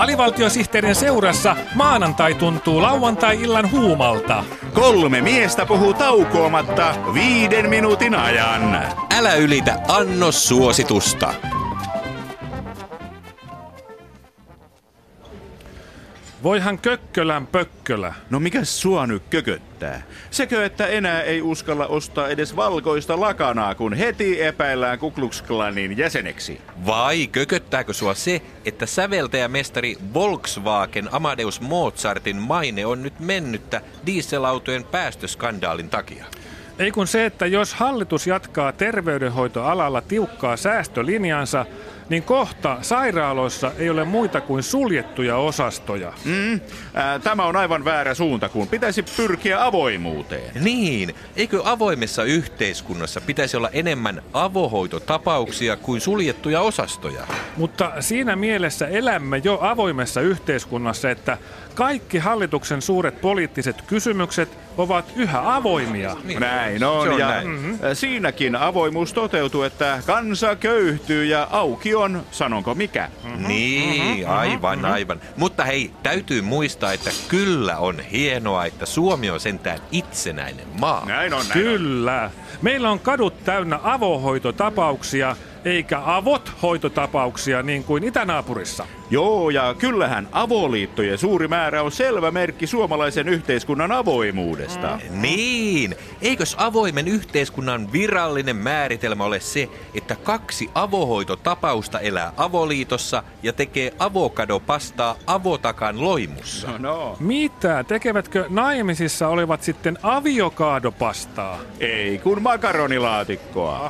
Alivaltiosihteerin seurassa maanantai tuntuu lauantai-illan huumalta. 3 miestä puhuu taukoamatta 5 minuutin ajan. Älä ylitä annossuositusta. Voihan kökkölän pökkölä. No mikäs sua nyt kököttää? Sekö, että enää ei uskalla ostaa edes valkoista lakanaa, kun heti epäillään Ku Klux Klanin jäseneksi? Vai kököttääkö sua se, että säveltäjämestari Volkswagen Amadeus Mozartin maine on nyt mennyttä dieselautojen päästöskandaalin takia? Ei kun se, että jos hallitus jatkaa terveydenhoitoalalla tiukkaa säästölinjansa, niin kohta sairaaloissa ei ole muita kuin suljettuja osastoja. Tämä on aivan väärä suunta, kun pitäisi pyrkiä avoimuuteen. Niin, eikö avoimessa yhteiskunnassa pitäisi olla enemmän avohoitotapauksia kuin suljettuja osastoja? Mutta siinä mielessä elämme jo avoimessa yhteiskunnassa, että kaikki hallituksen suuret poliittiset kysymykset ovat yhä avoimia. Näin on, on ja näin. Siinäkin avoimuus toteutuu, että kansa köyhtyy ja auki on, sanonko mikä? Niin, aivan. Mutta hei, täytyy muistaa, että kyllä on hienoa, että Suomi on sentään itsenäinen maa. Näin on. Kyllä. Meillä on kadut täynnä avohoitotapauksia, eikä avot-hoitotapauksia niin kuin itänaapurissa. Joo, ja kyllähän avoliittojen suuri määrä on selvä merkki suomalaisen yhteiskunnan avoimuudesta. Niin, eikös avoimen yhteiskunnan virallinen määritelmä ole se, että 2 avohoitotapausta elää avoliitossa ja tekee avokadopastaa avotakan loimussa? No. Mitä? Tekevätkö naimisissa olevat sitten aviokaadopastaa? Ei, kun makaronilaatikkoa.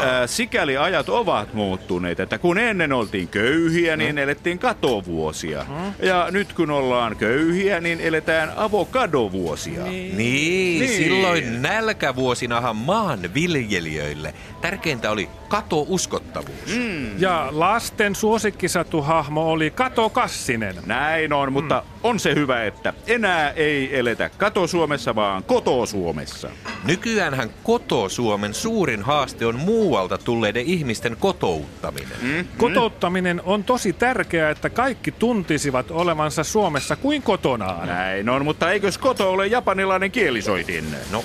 Sikäli ajat ovat muuttuneet, että kun ennen oltiin köyhiä, niin elettiin katovuosia. Ja nyt kun ollaan köyhiä, niin eletään avokadovuosia. Niin, silloin nälkävuosinahan maanviljelijöille tärkeintä oli katouskottavuus. Ja lasten suosikkisatuhahmo oli Kato Kassinen. Näin on, mutta on se hyvä, että enää ei eletä Kato-Suomessa, vaan Koto-Suomessa. Nykyäänhän Koto-Suomen suurin haaste on muualta tulleiden ihmisten kotouttaminen. Kotouttaminen on tosi tärkeää, että kaikki tuntisivat olevansa Suomessa kuin kotonaan. Näin on, mutta eikös koto ole japanilainen kielisoitin? No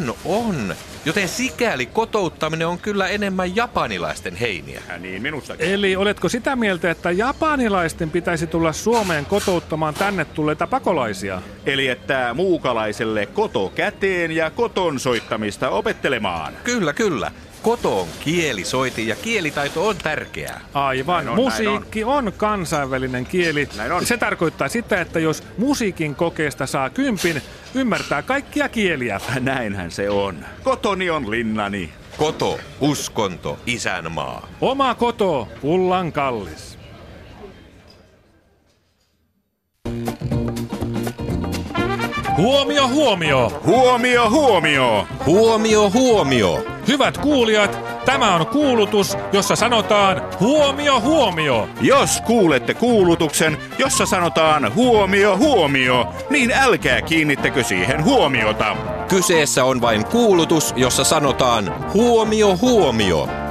on. Joten sikäli kotouttaminen on kyllä enemmän japanilaisten heiniä. Niin, minustakin. Eli oletko sitä mieltä, että japanilaisten pitäisi tulla Suomeen kotouttamaan tänne tulleita pakolaisia? Eli että muukalaiselle koto käteen ja koton soittamista opettelemaan. Kyllä. Koto on kielisoitin ja kielitaito on tärkeää. Aivan. Musiikki on kansainvälinen kieli. Näin on. Se tarkoittaa sitä, että jos musiikin kokeesta saa 10, ymmärtää kaikkia kieliä. Näinhän se on. Kotoni on linnani. Koto, uskonto, isänmaa. Oma koto, kullan kallis. Huomio! Huomio! Hyvät kuulijat, tämä on kuulutus, jossa sanotaan huomio! Jos kuulette kuulutuksen, jossa sanotaan huomio, niin älkää kiinnittäkö siihen huomiota. Kyseessä on vain kuulutus, jossa sanotaan huomio!